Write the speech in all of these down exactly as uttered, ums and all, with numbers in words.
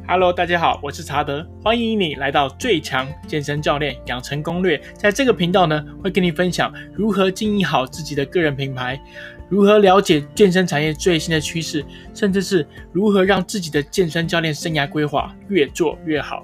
Hello， 大家好，我是查德，欢迎你来到最强健身教练养成攻略。在这个频道呢，会跟你分享如何经营好自己的个人品牌，如何了解健身产业最新的趋势，甚至是如何让自己的健身教练生涯规划越做越好。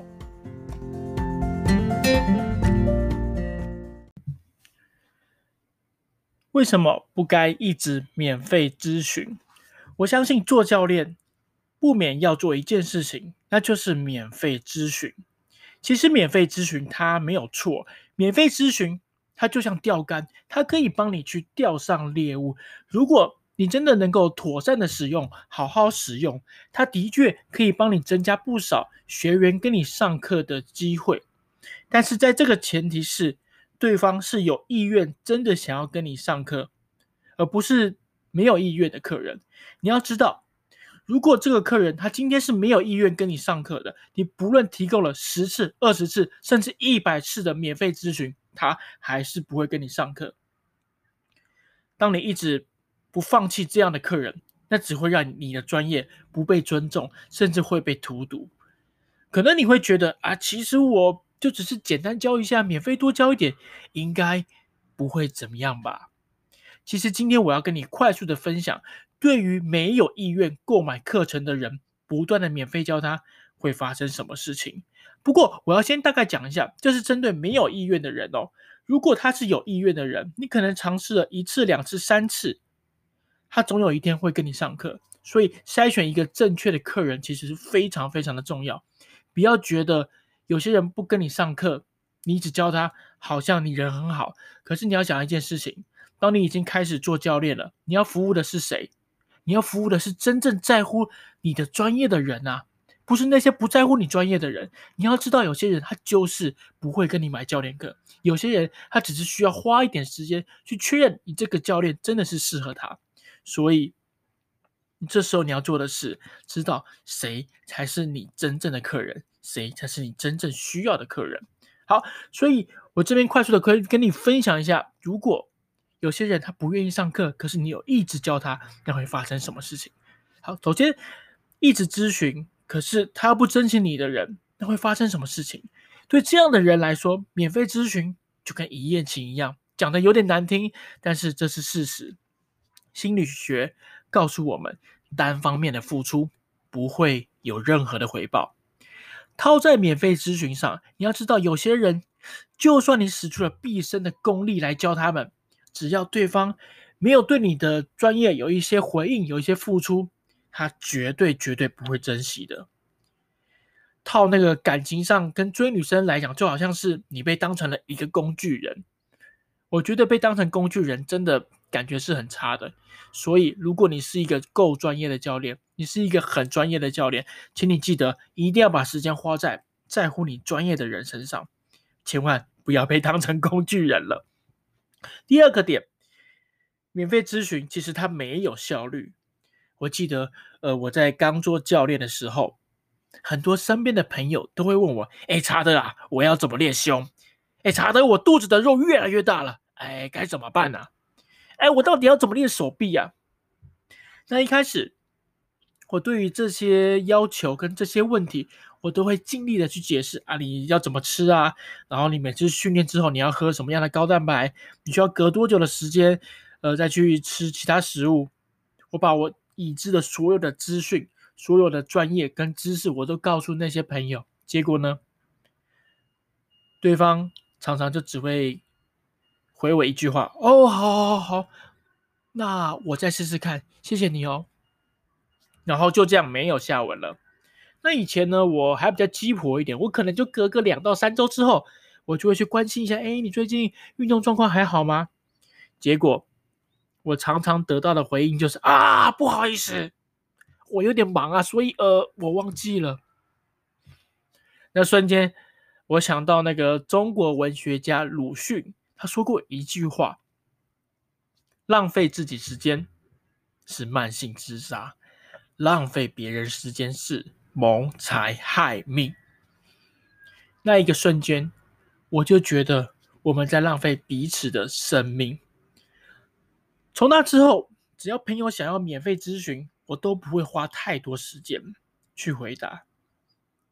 为什么不该一直免费咨询？我相信做教练不免要做一件事情，那就是免费咨询。其实免费咨询它没有错，免费咨询它就像钓竿，它可以帮你去钓上猎物。如果你真的能够妥善的使用，好好使用，它的确可以帮你增加不少学员跟你上课的机会。但是在这个前提是，对方是有意愿真的想要跟你上课，而不是没有意愿的客人。你要知道，如果这个客人他今天是没有意愿跟你上课的，你不论提供了十次、二十次，甚至一百次的免费咨询，他还是不会跟你上课。当你一直不放弃这样的客人，那只会让你的专业不被尊重，甚至会被荼毒。可能你会觉得啊，其实我就只是简单教一下，免费多教一点，应该不会怎么样吧？其实今天我要跟你快速的分享，对于没有意愿购买课程的人，不断的免费教他会发生什么事情。不过我要先大概讲一下，这是针对没有意愿的人哦。如果他是有意愿的人，你可能尝试了一次、两次、三次，他总有一天会跟你上课。所以筛选一个正确的客人其实是非常非常的重要。不要觉得有些人不跟你上课，你只教他好像你人很好，可是你要想一件事情，当你已经开始做教练了，你要服务的是谁？你要服务的是真正在乎你的专业的人啊，不是那些不在乎你专业的人。你要知道，有些人他就是不会跟你买教练课，有些人他只是需要花一点时间去确认你这个教练真的是适合他。所以这时候你要做的是，知道谁才是你真正的客人，谁才是你真正需要的客人。好，所以我这边快速的可以跟你分享一下，如果有些人他不愿意上课，可是你有一直教他，那会发生什么事情？好，首先一直咨询，可是他又不珍惜你的人，那会发生什么事情？对这样的人来说，免费咨询就跟一夜情一样，讲的有点难听，但是这是事实。心理学告诉我们，单方面的付出不会有任何的回报。套在免费咨询上，你要知道，有些人就算你使出了毕生的功力来教他们，只要对方没有对你的专业有一些回应，有一些付出，他绝对绝对不会珍惜的。套那个感情上跟追女生来讲，就好像是你被当成了一个工具人。我觉得被当成工具人真的感觉是很差的。所以如果你是一个够专业的教练，你是一个很专业的教练，请你记得一定要把时间花在在乎你专业的人身上，千万不要被当成工具人了。第二个点，免费咨询其实它没有效率。我记得呃我在刚做教练的时候，很多身边的朋友都会问我，哎，查德啊，我要怎么练胸？哎，查德，我肚子的肉越来越大了，哎，该怎么办呢、啊？哎，我到底要怎么练手臂啊？那一开始，我对于这些要求跟这些问题，我都会尽力的去解释啊，你要怎么吃啊？然后你每次训练之后，你要喝什么样的高蛋白？你需要隔多久的时间，呃，再去吃其他食物？我把我已知的所有的资讯、所有的专业跟知识，我都告诉那些朋友。结果呢，对方常常就只会回我一句话：“哦，好，好，好，那我再试试看，谢谢你哦。”然后就这样没有下文了。那以前呢，我还比较鸡婆一点，我可能就隔个两到三周之后，我就会去关心一下，哎，你最近运动状况还好吗？结果我常常得到的回应就是啊，不好意思，我有点忙啊，所以呃，我忘记了。那瞬间，我想到那个中国文学家鲁迅，他说过一句话：浪费自己时间是慢性自杀，浪费别人时间是谋财害命。那一个瞬间，我就觉得我们在浪费彼此的生命。从那之后，只要朋友想要免费咨询，我都不会花太多时间去回答。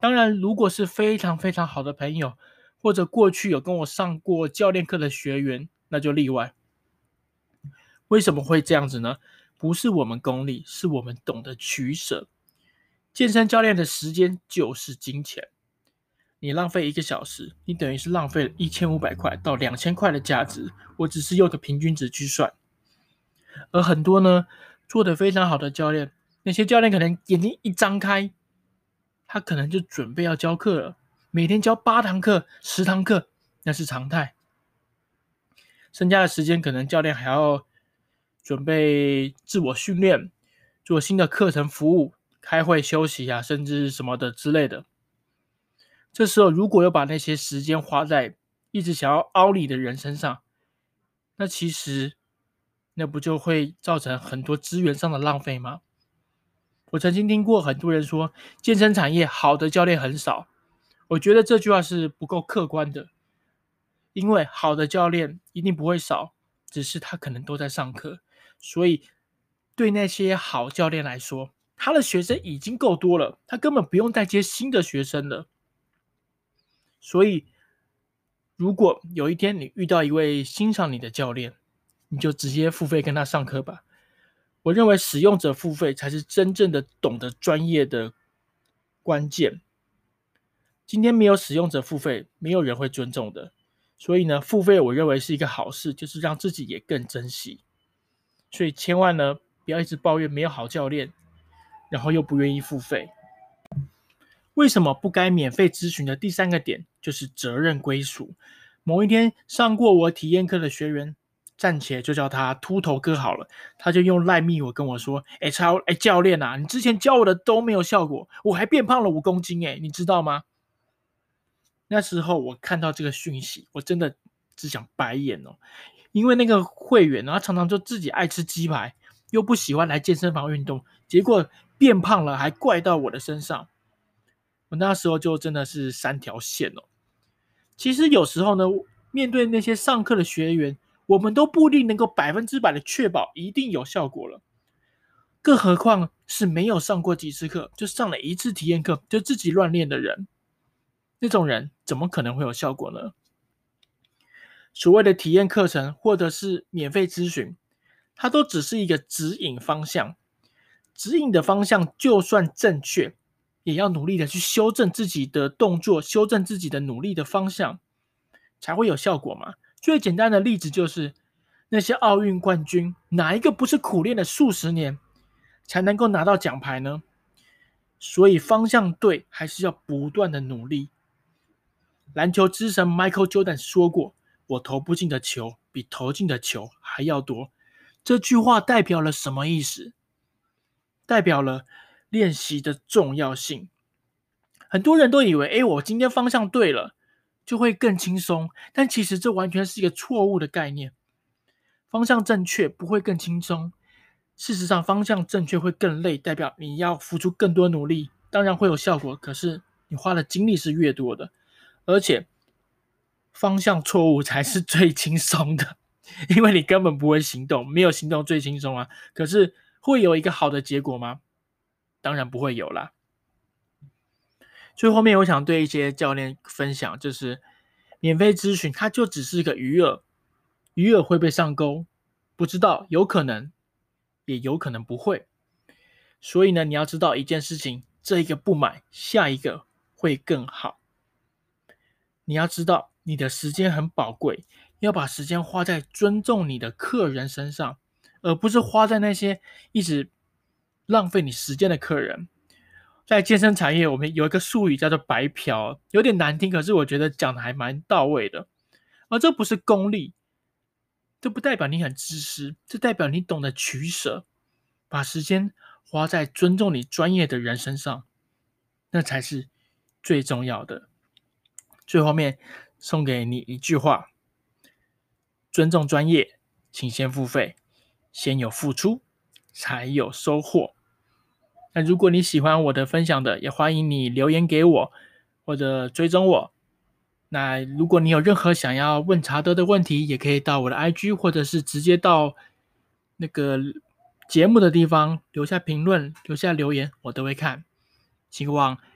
当然，如果是非常非常好的朋友，或者过去有跟我上过教练课的学员，那就例外。为什么会这样子呢？不是我们功利，是我们懂得取舍。健身教练的时间就是金钱，你浪费一个小时，你等于是浪费了一千五百块到两千块的价值。我只是用个平均值去算。而很多呢，做得非常好的教练，那些教练可能眼睛一张开，他可能就准备要教课了，每天教八堂课、十堂课，那是常态。剩下的时间，可能教练还要准备自我训练，做新的课程服务、开会休息啊，甚至什么的之类的。这时候，如果又把那些时间花在一直想要凹你的人身上，那其实那不就会造成很多资源上的浪费吗？我曾经听过很多人说，健身产业好的教练很少，我觉得这句话是不够客观的。因为好的教练一定不会少，只是他可能都在上课，所以对那些好教练来说，他的学生已经够多了，他根本不用再接新的学生了。所以如果有一天你遇到一位欣赏你的教练，你就直接付费跟他上课吧。我认为使用者付费才是真正的懂得专业的关键。今天没有使用者付费，没有人会尊重的。所以呢，付费我认为是一个好事，就是让自己也更珍惜。所以千万呢，不要一直抱怨没有好教练，然后又不愿意付费。为什么不该免费咨询的第三个点就是责任归属。某一天上过我体验课的学员，暂且就叫他秃头哥好了，他就用赖密我跟我说：“哎超哎教练啊，你之前教我的都没有效果，我还变胖了五公斤哎，你知道吗？”那时候我看到这个讯息，我真的只想白眼哦，因为那个会员他常常就自己爱吃鸡排，又不喜欢来健身房运动，结果变胖了还怪到我的身上。我那时候就真的是三条线哦。其实有时候呢，面对那些上课的学员，我们都不一定能够百分之百的确保一定有效果了，更何况是没有上过几次课，就上了一次体验课就自己乱练的人。那种人怎么可能会有效果呢？所谓的体验课程或者是免费咨询，它都只是一个指引方向，指引的方向就算正确，也要努力的去修正自己的动作，修正自己的努力的方向，才会有效果嘛。最简单的例子就是那些奥运冠军，哪一个不是苦练了数十年才能够拿到奖牌呢？所以方向对，还是要不断的努力。篮球之神 Michael Jordan 说过，我投不进的球比投进的球还要多。这句话代表了什么意思？代表了练习的重要性。很多人都以为，诶，我今天方向对了，就会更轻松，但其实这完全是一个错误的概念。方向正确不会更轻松，事实上方向正确会更累，代表你要付出更多努力，当然会有效果，可是你花的精力是越多的。而且方向错误才是最轻松的，因为你根本不会行动，没有行动最轻松啊。可是会有一个好的结果吗？当然不会有啦。最后面我想对一些教练分享，就是免费咨询它就只是一个鱼饵，鱼饵会被上钩，不知道，有可能也有可能不会。所以呢，你要知道一件事情，这一个不买，下一个会更好。你要知道你的时间很宝贵，要把时间花在尊重你的客人身上，而不是花在那些一直浪费你时间的客人。在健身产业，我们有一个术语叫做白嫖，有点难听，可是我觉得讲的还蛮到位的。而这不是功利，这不代表你很自私，这代表你懂得取舍，把时间花在尊重你专业的人身上，那才是最重要的。最后面送给你一句话：尊重专业，请先付费，先有付出，才有收获。那如果你喜欢我的分享的，也欢迎你留言给我，或者追踪我。那如果你有任何想要问查德的问题，也可以到我的 I G， 或者是直接到那个节目的地方留下评论，留下留言，我都会看。希望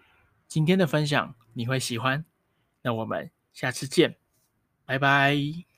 今天的分享你会喜欢。那我们下次见，拜拜。